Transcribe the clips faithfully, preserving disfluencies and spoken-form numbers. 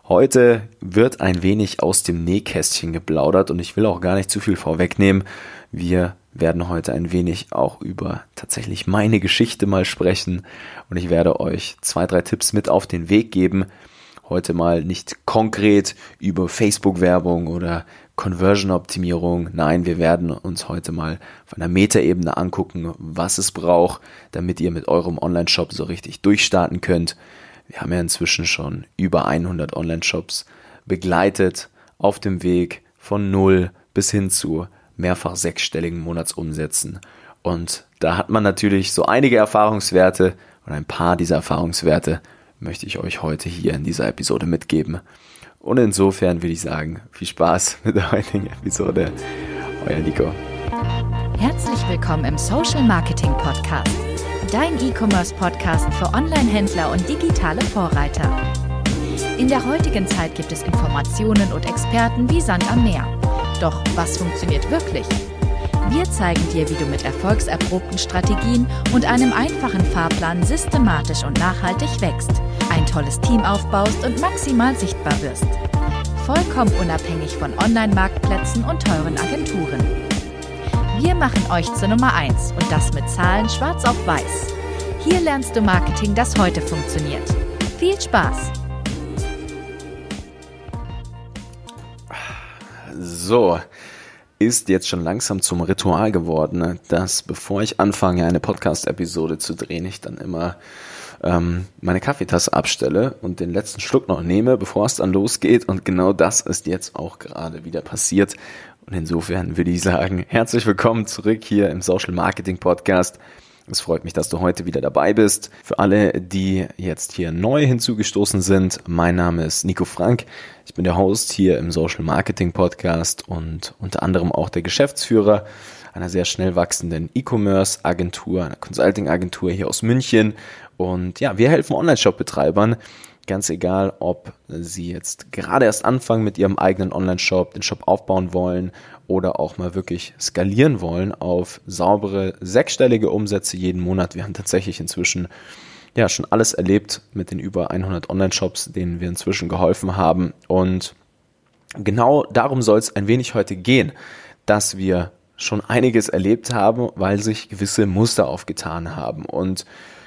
Heute wird ein wenig aus dem Nähkästchen geplaudert und ich will auch gar nicht zu viel vorwegnehmen. Wir werden heute ein wenig auch über tatsächlich meine Geschichte mal sprechen und ich werde euch zwei, drei Tipps mit auf den Weg geben. Heute mal nicht konkret über Facebook-Werbung oder Conversion-Optimierung. Nein, wir werden uns heute mal von der Metaebene angucken, was es braucht, damit ihr mit eurem Online-Shop so richtig durchstarten könnt. Wir haben ja inzwischen schon über hundert Online-Shops begleitet auf dem Weg von null bis hin zu mehrfach sechsstelligen Monatsumsätzen. Und da hat man natürlich so einige Erfahrungswerte und ein paar dieser Erfahrungswerte möchte ich euch heute hier in dieser Episode mitgeben. Und insofern würde ich sagen, viel Spaß mit der heutigen Episode. Euer Nico. Herzlich willkommen im Social Marketing Podcast. Dein E-Commerce-Podcast für Online-Händler und digitale Vorreiter. In der heutigen Zeit gibt es Informationen und Experten wie Sand am Meer. Doch was funktioniert wirklich? Wir zeigen dir, wie du mit erfolgserprobten Strategien und einem einfachen Fahrplan systematisch und nachhaltig wächst, ein tolles Team aufbaust und maximal sichtbar wirst. Vollkommen unabhängig von Online-Marktplätzen und teuren Agenturen. Wir machen euch zur Nummer eins und das mit Zahlen schwarz auf weiß. Hier lernst du Marketing, das heute funktioniert. Viel Spaß! So, ist jetzt schon langsam zum Ritual geworden, dass bevor ich anfange, eine Podcast-Episode zu drehen, ich dann immer ähm, meine Kaffeetasse abstelle und den letzten Schluck noch nehme, bevor es dann losgeht. Und genau das ist jetzt auch gerade wieder passiert. Und insofern würde ich sagen, herzlich willkommen zurück hier im Social Marketing Podcast. Es freut mich, dass du heute wieder dabei bist. Für alle, die jetzt hier neu hinzugestoßen sind, mein Name ist Nico Frank. Ich bin der Host hier im Social Marketing Podcast und unter anderem auch der Geschäftsführer einer sehr schnell wachsenden E-Commerce Agentur, einer Consulting Agentur hier aus München. Und ja, wir helfen Online-Shop-Betreibern, ganz egal, ob sie jetzt gerade erst anfangen mit ihrem eigenen Online-Shop, den Shop aufbauen wollen oder auch mal wirklich skalieren wollen auf saubere, sechsstellige Umsätze jeden Monat. Wir haben tatsächlich inzwischen ja schon alles erlebt mit den über hundert Online-Shops, denen wir inzwischen geholfen haben. Und genau darum soll es ein wenig heute gehen, dass wir schon einiges erlebt haben, weil sich gewisse Muster aufgetan haben. Und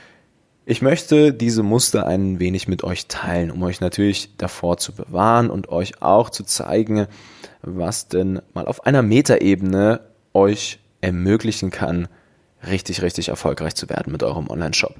ich möchte diese Muster ein wenig mit euch teilen, um euch natürlich davor zu bewahren und euch auch zu zeigen, was denn mal auf einer Metaebene euch ermöglichen kann, richtig, richtig erfolgreich zu werden mit eurem Online-Shop.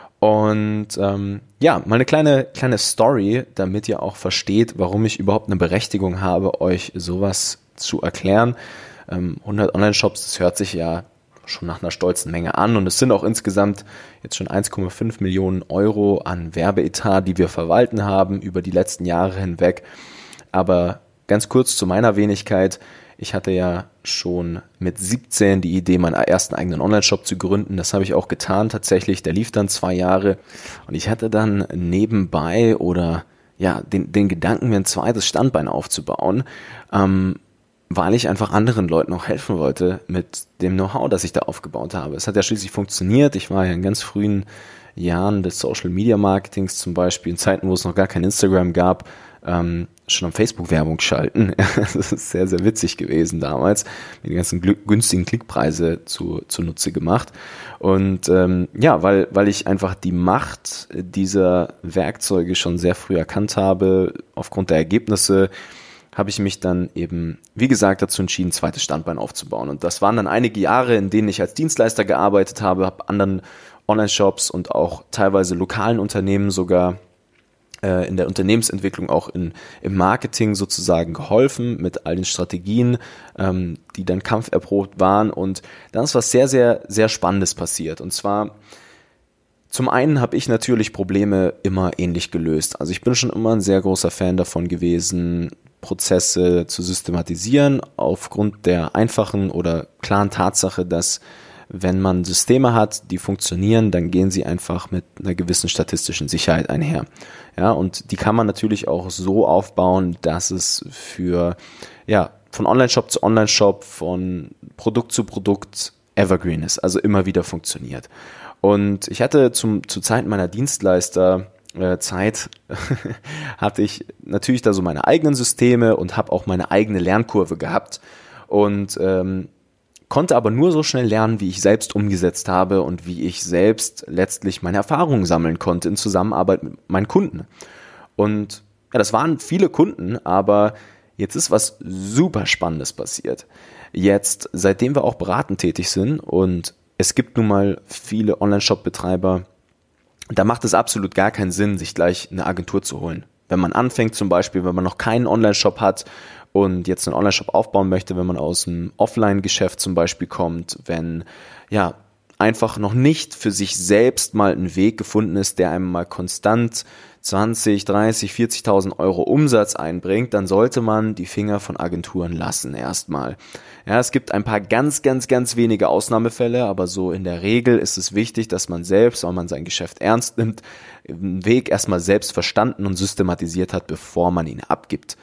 Und ähm, ja, mal eine kleine, kleine Story, damit ihr auch versteht, warum ich überhaupt eine Berechtigung habe, euch sowas zu erklären. Ähm, hundert Online-Shops, das hört sich ja schon nach einer stolzen Menge an und es sind auch insgesamt jetzt schon eins Komma fünf Millionen Euro an Werbeetat, die wir verwalten haben über die letzten Jahre hinweg. Aber ganz kurz zu meiner Wenigkeit. Ich hatte ja schon mit siebzehn die Idee, meinen ersten eigenen Online-Shop zu gründen. Das habe ich auch getan tatsächlich. Der lief dann zwei Jahre und ich hatte dann nebenbei oder ja den, den Gedanken, mir ein zweites Standbein aufzubauen, ähm, weil ich einfach anderen Leuten auch helfen wollte mit dem Know-how, das ich da aufgebaut habe. Es hat ja schließlich funktioniert. Ich war ja in ganz frühen Jahren des Social Media Marketings, zum Beispiel in Zeiten, wo es noch gar kein Instagram gab, ähm, schon am Facebook Werbung schalten. Das ist sehr, sehr witzig gewesen damals, mir die ganzen günstigen Klickpreise zu, zunutze gemacht. Und ähm, ja, weil, weil ich einfach die Macht dieser Werkzeuge schon sehr früh erkannt habe, aufgrund der Ergebnisse, habe ich mich dann eben, wie gesagt, dazu entschieden, ein zweites Standbein aufzubauen. Und das waren dann einige Jahre, in denen ich als Dienstleister gearbeitet habe, habe anderen Online-Shops und auch teilweise lokalen Unternehmen sogar äh, in der Unternehmensentwicklung, auch in, im Marketing sozusagen geholfen mit all den Strategien, ähm, die dann kampferprobt waren. Und dann ist was sehr, sehr, sehr Spannendes passiert. Und zwar zum einen habe ich natürlich Probleme immer ähnlich gelöst. Also ich bin schon immer ein sehr großer Fan davon gewesen, Prozesse zu systematisieren, aufgrund der einfachen oder klaren Tatsache, dass wenn man Systeme hat, die funktionieren, dann gehen sie einfach mit einer gewissen statistischen Sicherheit einher. Ja, und die kann man natürlich auch so aufbauen, dass es für, ja, von Online-Shop zu Online-Shop, von Produkt zu Produkt evergreen ist, also immer wieder funktioniert. Und ich hatte zum, zu Zeiten meiner Dienstleister äh, Zeit hatte ich natürlich da so meine eigenen Systeme und habe auch meine eigene Lernkurve gehabt und ähm, konnte aber nur so schnell lernen, wie ich selbst umgesetzt habe und wie ich selbst letztlich meine Erfahrungen sammeln konnte in Zusammenarbeit mit meinen Kunden. Und ja, das waren viele Kunden, aber jetzt ist was super Spannendes passiert. Jetzt, seitdem wir auch beratend tätig sind und es gibt nun mal viele Online-Shop-Betreiber, da macht es absolut gar keinen Sinn, sich gleich eine Agentur zu holen. Wenn man anfängt zum Beispiel, wenn man noch keinen Online-Shop hat und jetzt einen Online-Shop aufbauen möchte, wenn man aus dem Offline-Geschäft zum Beispiel kommt, wenn ja einfach noch nicht für sich selbst mal ein Weg gefunden ist, der einem mal konstant zwanzig, dreißig, vierzigtausend Euro Umsatz einbringt, dann sollte man die Finger von Agenturen lassen erstmal. Ja, es gibt ein paar ganz, ganz, ganz wenige Ausnahmefälle, aber so in der Regel ist es wichtig, dass man selbst, wenn man sein Geschäft ernst nimmt, den Weg erstmal selbst verstanden und systematisiert hat, bevor man ihn abgibt.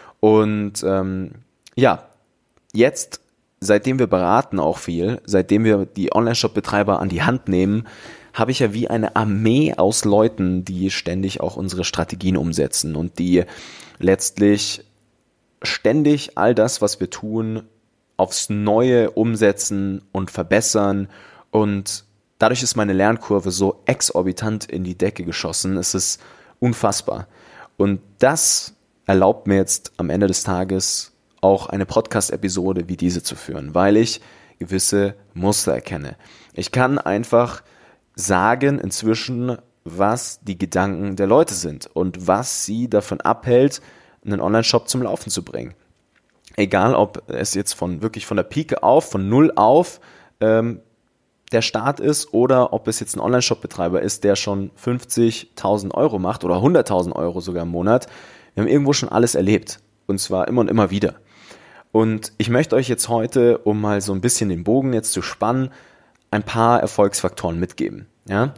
Und ähm, ja, jetzt, seitdem wir beraten auch viel, seitdem wir die Online-Shop-Betreiber an die Hand nehmen, habe ich ja wie eine Armee aus Leuten, die ständig auch unsere Strategien umsetzen und die letztlich ständig all das, was wir tun, aufs Neue umsetzen und verbessern. Und dadurch ist meine Lernkurve so exorbitant in die Decke geschossen. Es ist unfassbar. Und das erlaubt mir jetzt am Ende des Tages auch eine Podcast-Episode wie diese zu führen, weil ich gewisse Muster erkenne. Ich kann einfach sagen inzwischen, was die Gedanken der Leute sind und was sie davon abhält, einen Online-Shop zum Laufen zu bringen. Egal, ob es jetzt von wirklich von der Pike auf, von null auf ähm, der Start ist oder ob es jetzt ein Online-Shop-Betreiber ist, der schon fünfzigtausend Euro macht oder hunderttausend Euro sogar im Monat. Wir haben irgendwo schon alles erlebt und zwar immer und immer wieder. Und ich möchte euch jetzt heute, um mal so ein bisschen den Bogen jetzt zu spannen, ein paar Erfolgsfaktoren mitgeben. Ja?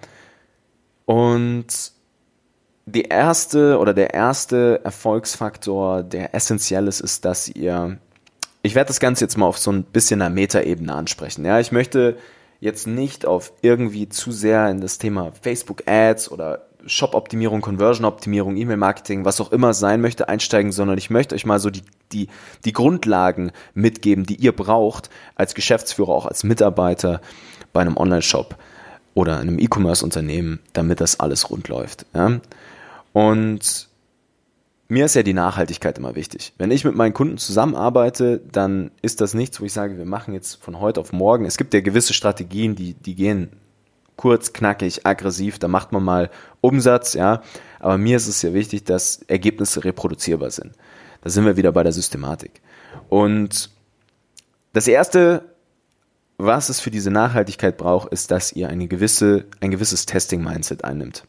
Und die erste oder der erste Erfolgsfaktor, der essentiell ist, ist, dass ihr, ich werde das Ganze jetzt mal auf so ein bisschen einer Metaebene ansprechen. Ja? Ich möchte jetzt nicht auf irgendwie zu sehr in das Thema Facebook Ads oder Shop-Optimierung, Conversion-Optimierung, E-Mail-Marketing, was auch immer sein möchte, einsteigen, sondern ich möchte euch mal so die, die, die Grundlagen mitgeben, die ihr braucht als Geschäftsführer, auch als Mitarbeiter bei einem Online-Shop oder einem E-Commerce-Unternehmen, damit das alles rund läuft. Ja? Und mir ist ja die Nachhaltigkeit immer wichtig. Wenn ich mit meinen Kunden zusammenarbeite, dann ist das nichts, wo ich sage, wir machen jetzt von heute auf morgen. Es gibt ja gewisse Strategien, die, die gehen kurz, knackig, aggressiv, da macht man mal Umsatz, ja. Aber mir ist es ja wichtig, dass Ergebnisse reproduzierbar sind. Da sind wir wieder bei der Systematik. Und das Erste, was es für diese Nachhaltigkeit braucht, ist, dass ihr eine gewisse, ein gewisses Testing-Mindset einnimmt.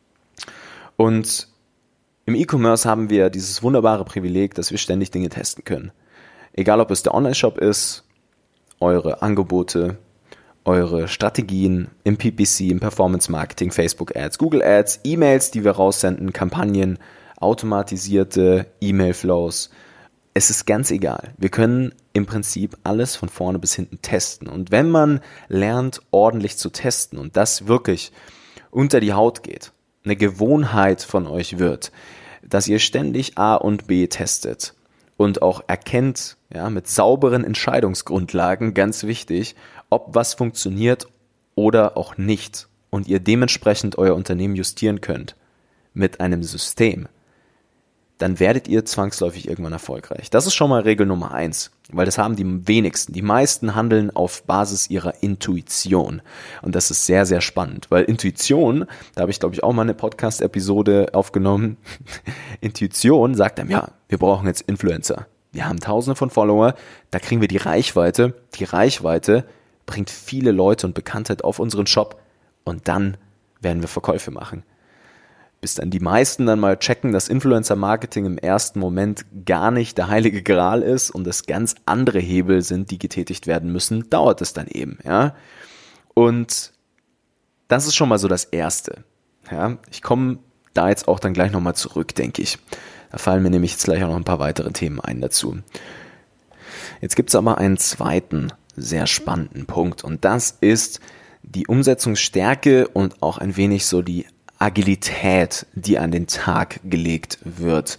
Und im E-Commerce haben wir dieses wunderbare Privileg, dass wir ständig Dinge testen können. Egal, ob es der Online-Shop ist, eure Angebote, eure Strategien im P P C, im Performance-Marketing, Facebook-Ads, Google-Ads, E-Mails, die wir raussenden, Kampagnen, automatisierte E-Mail-Flows. Es ist ganz egal. Wir können im Prinzip alles von vorne bis hinten testen. Und wenn man lernt, ordentlich zu testen und das wirklich unter die Haut geht, eine Gewohnheit von euch wird, dass ihr ständig A und B testet und auch erkennt, ja, mit sauberen Entscheidungsgrundlagen, ganz wichtig, ob was funktioniert oder auch nicht und ihr dementsprechend euer Unternehmen justieren könnt mit einem System, dann werdet ihr zwangsläufig irgendwann erfolgreich. Das ist schon mal Regel Nummer eins, weil das haben die wenigsten. Die meisten handeln auf Basis ihrer Intuition und das ist sehr, sehr spannend, weil Intuition, da habe ich glaube ich auch mal eine Podcast-Episode aufgenommen, Intuition sagt einem, ja, wir brauchen jetzt Influencer. Wir haben tausende von Follower, da kriegen wir die Reichweite, die Reichweite bringt viele Leute und Bekanntheit auf unseren Shop und dann werden wir Verkäufe machen. Bis dann die meisten dann mal checken, dass Influencer-Marketing im ersten Moment gar nicht der heilige Gral ist und es ganz andere Hebel sind, die getätigt werden müssen, dauert es dann eben. Ja? Und das ist schon mal so das Erste. Ja? Ich komme da jetzt auch dann gleich nochmal zurück, denke ich. Da fallen mir nämlich jetzt gleich auch noch ein paar weitere Themen ein dazu. Jetzt gibt es aber einen zweiten sehr spannenden Punkt und das ist die Umsetzungsstärke und auch ein wenig so die Agilität, die an den Tag gelegt wird.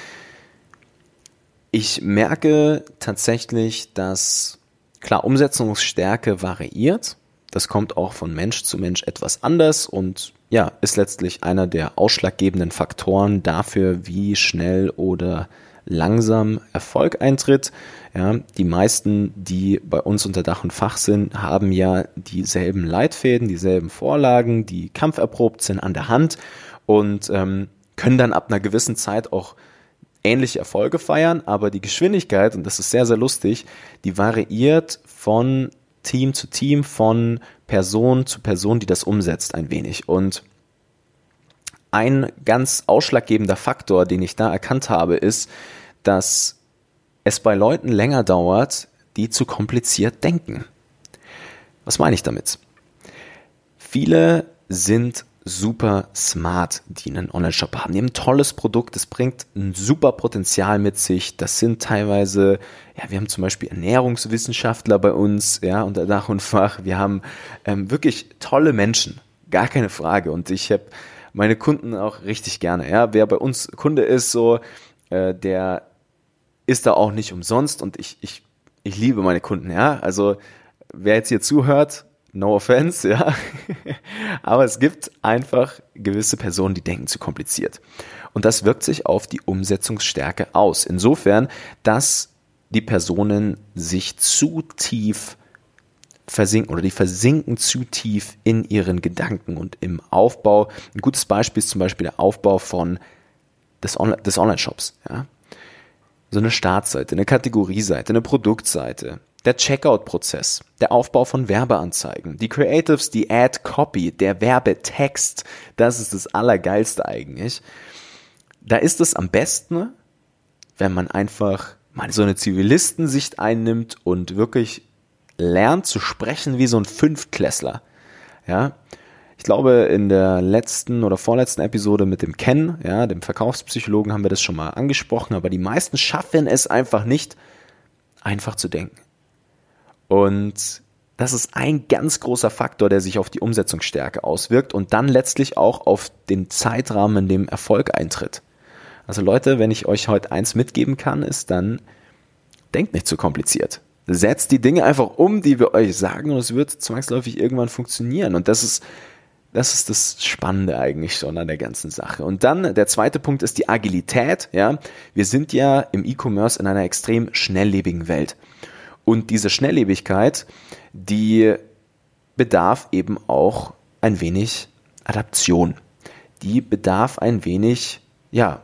Ich merke tatsächlich, dass, klar, Umsetzungsstärke variiert. Das kommt auch von Mensch zu Mensch etwas anders und ja, ist letztlich einer der ausschlaggebenden Faktoren dafür, wie schnell oder langsam Erfolg eintritt. Ja, die meisten, die bei uns unter Dach und Fach sind, haben ja dieselben Leitfäden, dieselben Vorlagen, die kampferprobt sind an der Hand und ähm, können dann ab einer gewissen Zeit auch ähnliche Erfolge feiern, aber die Geschwindigkeit, und das ist sehr, sehr lustig, die variiert von Team zu Team, von Person zu Person, die das umsetzt, ein wenig. Und ein ganz ausschlaggebender Faktor, den ich da erkannt habe, ist, dass es bei Leuten länger dauert, die zu kompliziert denken. Was meine ich damit? Viele sind super smart, die einen Online-Shop haben. Die haben ein tolles Produkt, das bringt ein super Potenzial mit sich. Das sind teilweise, ja, wir haben zum Beispiel Ernährungswissenschaftler bei uns, ja, unter Dach und Fach. Wir haben ähm, wirklich tolle Menschen, gar keine Frage. Und ich habe meine Kunden auch richtig gerne. Ja, wer bei uns Kunde ist, so, äh, der ist da auch nicht umsonst. Und ich, ich, ich liebe meine Kunden. Ja, also wer jetzt hier zuhört, no offense, ja, aber es gibt einfach gewisse Personen, die denken zu kompliziert. Und das wirkt sich auf die Umsetzungsstärke aus. Insofern, dass die Personen sich zu tief versinken oder die versinken zu tief in ihren Gedanken und im Aufbau. Ein gutes Beispiel ist zum Beispiel der Aufbau von des, Onli- des Online-Shops. Ja? So eine Startseite, eine Kategorieseite, eine Produktseite. Der Checkout-Prozess, der Aufbau von Werbeanzeigen, die Creatives, die Ad-Copy, der Werbetext, das ist das Allergeilste eigentlich. Da ist es am besten, wenn man einfach mal so eine Zivilistensicht einnimmt und wirklich lernt zu sprechen wie so ein Fünftklässler. Ja, ich glaube, in der letzten oder vorletzten Episode mit dem Ken, ja, dem Verkaufspsychologen, haben wir das schon mal angesprochen, aber die meisten schaffen es einfach nicht, einfach zu denken. Und das ist ein ganz großer Faktor, der sich auf die Umsetzungsstärke auswirkt und dann letztlich auch auf den Zeitrahmen, in dem Erfolg eintritt. Also Leute, wenn ich euch heute eins mitgeben kann, ist dann, denkt nicht zu kompliziert. Setzt die Dinge einfach um, die wir euch sagen, und es wird zwangsläufig irgendwann funktionieren. Und das ist, das ist das Spannende eigentlich schon an der ganzen Sache. Und dann der zweite Punkt ist die Agilität. Ja, wir sind ja im E-Commerce in einer extrem schnelllebigen Welt. Und diese Schnelllebigkeit, die bedarf eben auch ein wenig Adaption. Die bedarf ein wenig, ja,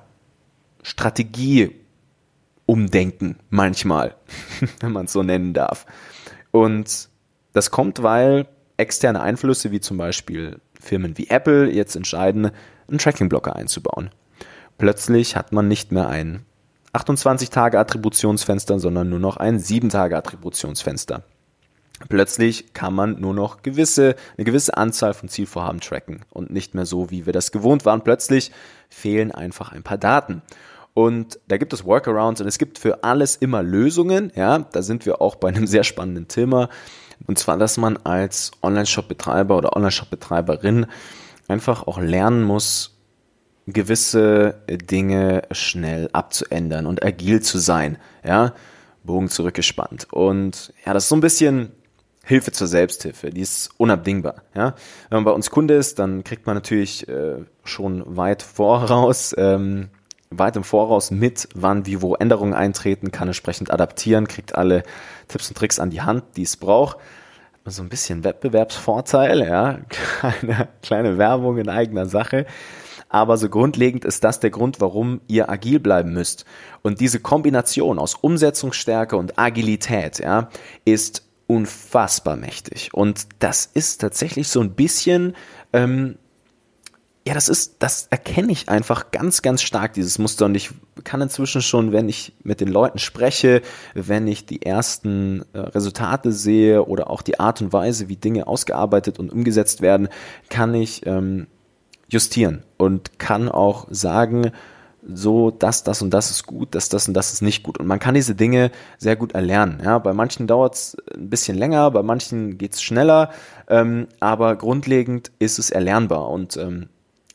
Strategie-Umdenken manchmal, wenn man es so nennen darf. Und das kommt, weil externe Einflüsse wie zum Beispiel Firmen wie Apple jetzt entscheiden, einen Tracking-Blocker einzubauen. Plötzlich hat man nicht mehr ein achtundzwanzig Tage Attributionsfenster, sondern nur noch ein sieben Tage Attributionsfenster. Plötzlich kann man nur noch gewisse, eine gewisse Anzahl von Zielvorhaben tracken und nicht mehr so, wie wir das gewohnt waren. Plötzlich fehlen einfach ein paar Daten. Und da gibt es Workarounds und es gibt für alles immer Lösungen. Ja, da sind wir auch bei einem sehr spannenden Thema. Und zwar, dass man als Online-Shop-Betreiber oder Online-Shop-Betreiberin einfach auch lernen muss, gewisse Dinge schnell abzuändern und agil zu sein, ja, Bogen zurückgespannt. Und ja, das ist so ein bisschen Hilfe zur Selbsthilfe, die ist unabdingbar, ja. Wenn man bei uns Kunde ist, dann kriegt man natürlich äh, schon weit voraus, ähm, weit im Voraus mit, wann, wie, wo Änderungen eintreten, kann entsprechend adaptieren, kriegt alle Tipps und Tricks an die Hand, die es braucht. So ein bisschen Wettbewerbsvorteil, ja, kleine, kleine Werbung in eigener Sache. Aber so grundlegend ist das der Grund, warum ihr agil bleiben müsst. Und diese Kombination aus Umsetzungsstärke und Agilität, ja, ist unfassbar mächtig. Und das ist tatsächlich so ein bisschen, ähm, ja, das ist, das erkenne ich einfach ganz, ganz stark, dieses Muster. Und ich kann inzwischen schon, wenn ich mit den Leuten spreche, wenn ich die ersten äh, Resultate sehe oder auch die Art und Weise, wie Dinge ausgearbeitet und umgesetzt werden, kann ich ähm, justieren und kann auch sagen, so, das, das und das ist gut, das, das und das ist nicht gut. Und man kann diese Dinge sehr gut erlernen. Ja, bei manchen dauert es ein bisschen länger, bei manchen geht es schneller, ähm, aber grundlegend ist es erlernbar. Und ähm,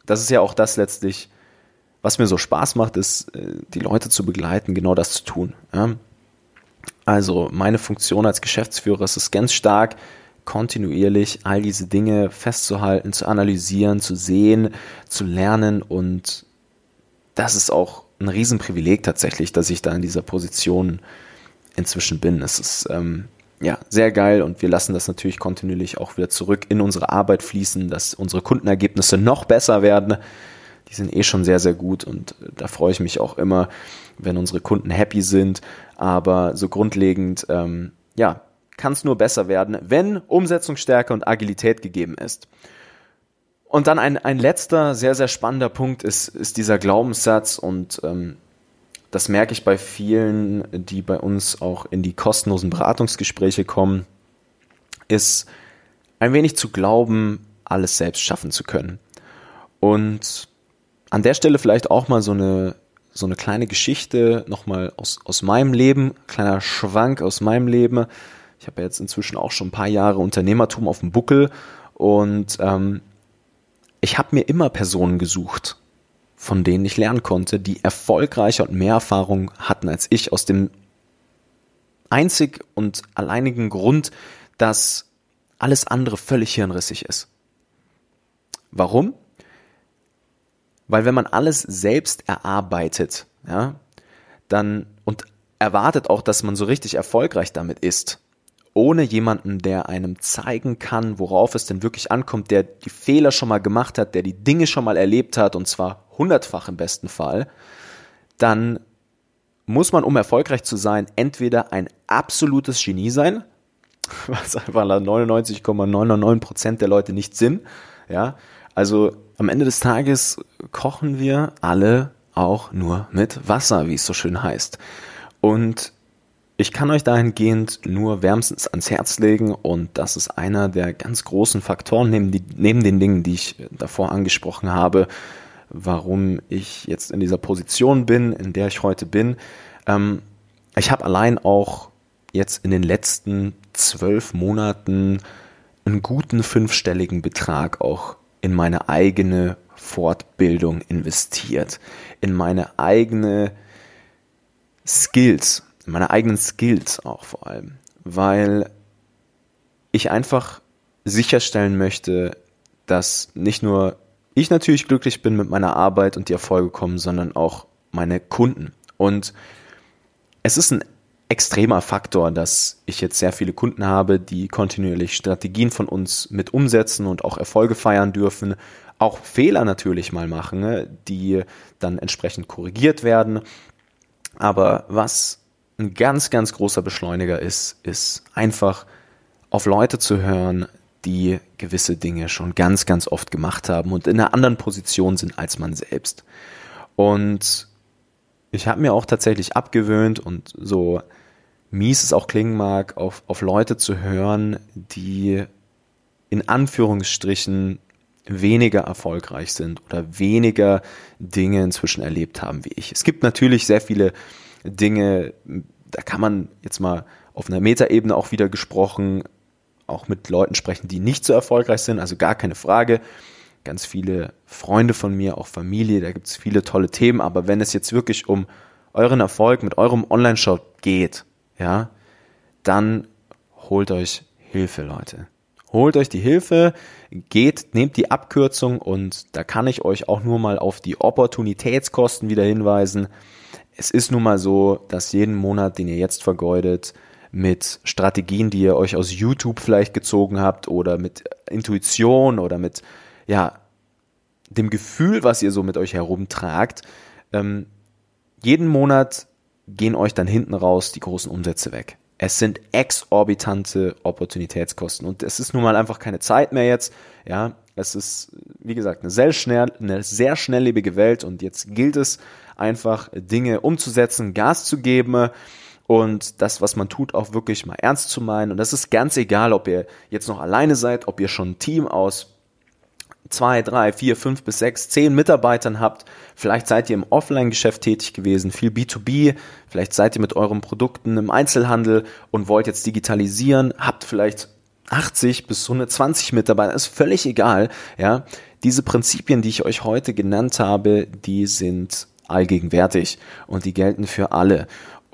das ist ja auch das letztlich, was mir so Spaß macht, ist, die Leute zu begleiten, genau das zu tun. Ja? Also meine Funktion als Geschäftsführer ist es ganz stark, kontinuierlich all diese Dinge festzuhalten, zu analysieren, zu sehen, zu lernen, und das ist auch ein Riesenprivileg tatsächlich, dass ich da in dieser Position inzwischen bin. Es ist ähm, ja sehr geil, und wir lassen das natürlich kontinuierlich auch wieder zurück in unsere Arbeit fließen, dass unsere Kundenergebnisse noch besser werden. Die sind eh schon sehr, sehr gut, und da freue ich mich auch immer, wenn unsere Kunden happy sind. Aber so grundlegend, ähm, ja, kann es nur besser werden, wenn Umsetzungsstärke und Agilität gegeben ist. Und dann ein, ein letzter, sehr, sehr spannender Punkt ist, ist dieser Glaubenssatz, und ähm, das merke ich bei vielen, die bei uns auch in die kostenlosen Beratungsgespräche kommen, ist ein wenig zu glauben, alles selbst schaffen zu können. Und an der Stelle vielleicht auch mal so eine, so eine kleine Geschichte nochmal aus, aus meinem Leben, kleiner Schwank aus meinem Leben. Ich habe ja jetzt inzwischen auch schon ein paar Jahre Unternehmertum auf dem Buckel, und ähm, ich habe mir immer Personen gesucht, von denen ich lernen konnte, die erfolgreicher und mehr Erfahrung hatten als ich, aus dem einzig und alleinigen Grund, dass alles andere völlig hirnrissig ist. Warum? Weil wenn man alles selbst erarbeitet, ja, dann und erwartet auch, dass man so richtig erfolgreich damit ist, ohne jemanden, der einem zeigen kann, worauf es denn wirklich ankommt, der die Fehler schon mal gemacht hat, der die Dinge schon mal erlebt hat, und zwar hundertfach im besten Fall, dann muss man, um erfolgreich zu sein, entweder ein absolutes Genie sein, was einfach neunundneunzig Komma neunundneunzig Prozent der Leute nicht sind. Ja, also am Ende des Tages kochen wir alle auch nur mit Wasser, wie es so schön heißt. Und ich kann euch dahingehend nur wärmstens ans Herz legen, und das ist einer der ganz großen Faktoren, neben, die, neben den Dingen, die ich davor angesprochen habe, warum ich jetzt in dieser Position bin, in der ich heute bin. Ähm, ich habe allein auch jetzt in den letzten zwölf Monaten einen guten fünfstelligen Betrag auch in meine eigene Fortbildung investiert, in meine eigene Skills, in meine eigenen Skills auch vor allem, weil ich einfach sicherstellen möchte, dass nicht nur ich natürlich glücklich bin mit meiner Arbeit und die Erfolge kommen, sondern auch meine Kunden. Und es ist ein extremer Faktor, dass ich jetzt sehr viele Kunden habe, die kontinuierlich Strategien von uns mit umsetzen und auch Erfolge feiern dürfen, auch Fehler natürlich mal machen, die dann entsprechend korrigiert werden. Aber was ein ganz, ganz großer Beschleuniger ist, ist einfach auf Leute zu hören, die gewisse Dinge schon ganz, ganz oft gemacht haben und in einer anderen Position sind als man selbst. Und ich habe mir auch tatsächlich abgewöhnt, und so mies es auch klingen mag, auf, auf Leute zu hören, die in Anführungsstrichen weniger erfolgreich sind oder weniger Dinge inzwischen erlebt haben wie ich. Es gibt natürlich sehr viele Dinge, da kann man jetzt mal auf einer Metaebene auch wieder gesprochen, auch mit Leuten sprechen, die nicht so erfolgreich sind, also gar keine Frage. Ganz viele Freunde von mir, auch Familie, da gibt es viele tolle Themen, aber wenn es jetzt wirklich um euren Erfolg mit eurem Online-Shop geht, ja, dann holt euch Hilfe, Leute. Holt euch die Hilfe, geht, nehmt die Abkürzung, und da kann ich euch auch nur mal auf die Opportunitätskosten wieder hinweisen. Es ist nun mal so, dass jeden Monat, den ihr jetzt vergeudet, mit Strategien, die ihr euch aus YouTube vielleicht gezogen habt, oder mit Intuition oder mit ja dem Gefühl, was ihr so mit euch herumtragt, ähm, jeden Monat gehen euch dann hinten raus die großen Umsätze weg. Es sind exorbitante Opportunitätskosten, und es ist nun mal einfach keine Zeit mehr jetzt. Ja, es ist, wie gesagt, eine sehr schnell, eine sehr schnelllebige Welt, und jetzt gilt es einfach, Dinge umzusetzen, Gas zu geben und das, was man tut, auch wirklich mal ernst zu meinen. Und das ist ganz egal, ob ihr jetzt noch alleine seid, ob ihr schon ein Team aus zwei, drei, vier, fünf bis sechs, zehn Mitarbeitern habt. Vielleicht seid ihr im Offline-Geschäft tätig gewesen, viel B zwei B. Vielleicht seid ihr mit euren Produkten im Einzelhandel und wollt jetzt digitalisieren. Habt vielleicht achtzig bis hundertzwanzig Mitarbeiter, ist völlig egal. Ja, diese Prinzipien, die ich euch heute genannt habe, die sind allgegenwärtig und die gelten für alle.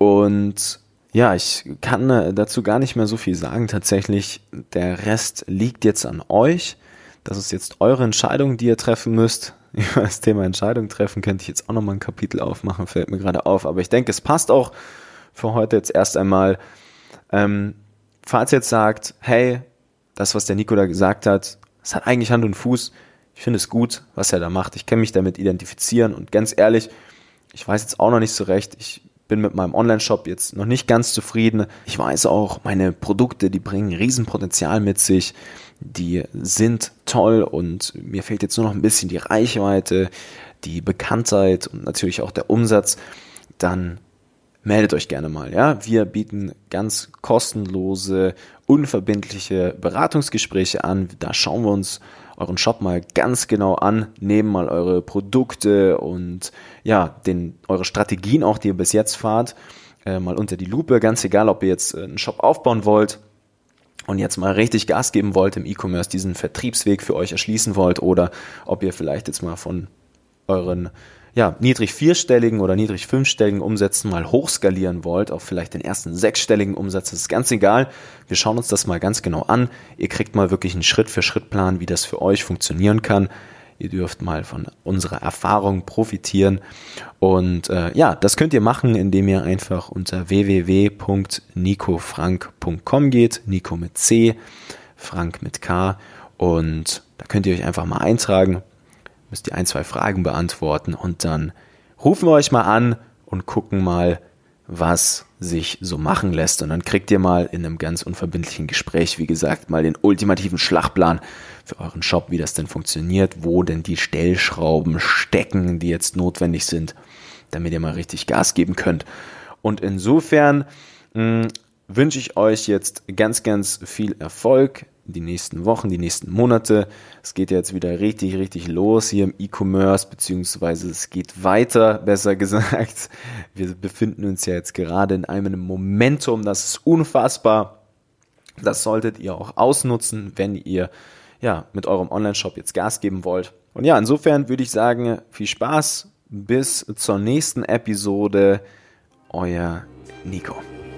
Und ja, ich kann dazu gar nicht mehr so viel sagen. Tatsächlich, der Rest liegt jetzt an euch. Das ist jetzt eure Entscheidung, die ihr treffen müsst. Über das Thema Entscheidung treffen könnte ich jetzt auch nochmal ein Kapitel aufmachen, fällt mir gerade auf. Aber ich denke, es passt auch für heute jetzt erst einmal. Ähm, falls ihr jetzt sagt, hey, das, was der Nico da gesagt hat, das hat eigentlich Hand und Fuß. Ich finde es gut, was er da macht. Ich kann mich damit identifizieren. Und ganz ehrlich, ich weiß jetzt auch noch nicht so recht. Ich bin mit meinem Online-Shop jetzt noch nicht ganz zufrieden. Ich weiß auch, meine Produkte, die bringen Riesenpotenzial mit sich. Die sind toll und mir fehlt jetzt nur noch ein bisschen die Reichweite, die Bekanntheit und natürlich auch der Umsatz. Dann meldet euch gerne mal. Ja, wir bieten ganz kostenlose, unverbindliche Beratungsgespräche an. Da schauen wir uns euren Shop mal ganz genau an, nehmen mal eure Produkte und ja, den, eure Strategien auch, die ihr bis jetzt fahrt, äh, mal unter die Lupe. Ganz egal, ob ihr jetzt einen Shop aufbauen wollt und jetzt mal richtig Gas geben wollt im E-Commerce, diesen Vertriebsweg für euch erschließen wollt oder ob ihr vielleicht jetzt mal von euren ja, niedrig vierstelligen oder niedrig fünfstelligen Umsätzen mal hochskalieren wollt, auf vielleicht den ersten sechsstelligen Umsatz, das ist ganz egal. Wir schauen uns das mal ganz genau an. Ihr kriegt mal wirklich einen Schritt-für-Schritt-Plan, wie das für euch funktionieren kann. Ihr dürft mal von unserer Erfahrung profitieren. Und äh, ja, das könnt ihr machen, indem ihr einfach unter w w w punkt nico frank punkt com geht. Nico mit C, Frank mit K. Und da könnt ihr euch einfach mal eintragen. Müsst ihr ein, zwei Fragen beantworten und dann rufen wir euch mal an und gucken mal, was sich so machen lässt. Und dann kriegt ihr mal in einem ganz unverbindlichen Gespräch, wie gesagt, mal den ultimativen Schlachtplan für euren Shop, wie das denn funktioniert, wo denn die Stellschrauben stecken, die jetzt notwendig sind, damit ihr mal richtig Gas geben könnt. Und insofern mh, wünsche ich euch jetzt ganz, ganz viel Erfolg die nächsten Wochen, die nächsten Monate. Es geht jetzt wieder richtig, richtig los hier im E-Commerce, beziehungsweise es geht weiter, besser gesagt. Wir befinden uns ja jetzt gerade in einem Momentum, das ist unfassbar. Das solltet ihr auch ausnutzen, wenn ihr ja mit eurem Online-Shop jetzt Gas geben wollt. Und ja, insofern würde ich sagen, viel Spaß, bis zur nächsten Episode. Euer Nico.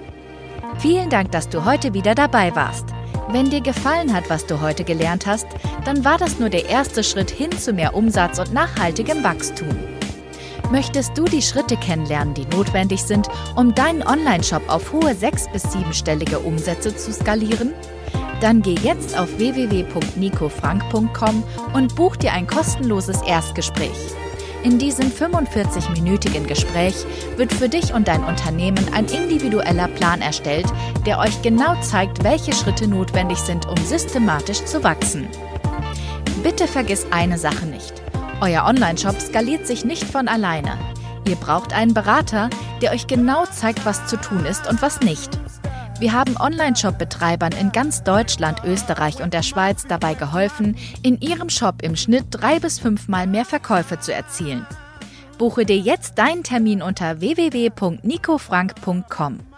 Vielen Dank, dass du heute wieder dabei warst. Wenn dir gefallen hat, was du heute gelernt hast, dann war das nur der erste Schritt hin zu mehr Umsatz und nachhaltigem Wachstum. Möchtest du die Schritte kennenlernen, die notwendig sind, um deinen Online-Shop auf hohe sechs- bis siebenstellige Umsätze zu skalieren? Dann geh jetzt auf w w w punkt nico frank punkt com und buch dir ein kostenloses Erstgespräch. In diesem fünfundvierzig-minütigen Gespräch wird für dich und dein Unternehmen ein individueller Plan erstellt, der euch genau zeigt, welche Schritte notwendig sind, um systematisch zu wachsen. Bitte vergiss eine Sache nicht. Euer Online-Shop skaliert sich nicht von alleine. Ihr braucht einen Berater, der euch genau zeigt, was zu tun ist und was nicht. Wir haben Online-Shop-Betreibern in ganz Deutschland, Österreich und der Schweiz dabei geholfen, in ihrem Shop im Schnitt drei bis fünfmal mehr Verkäufe zu erzielen. Buche dir jetzt deinen Termin unter w w w punkt nico frank punkt com.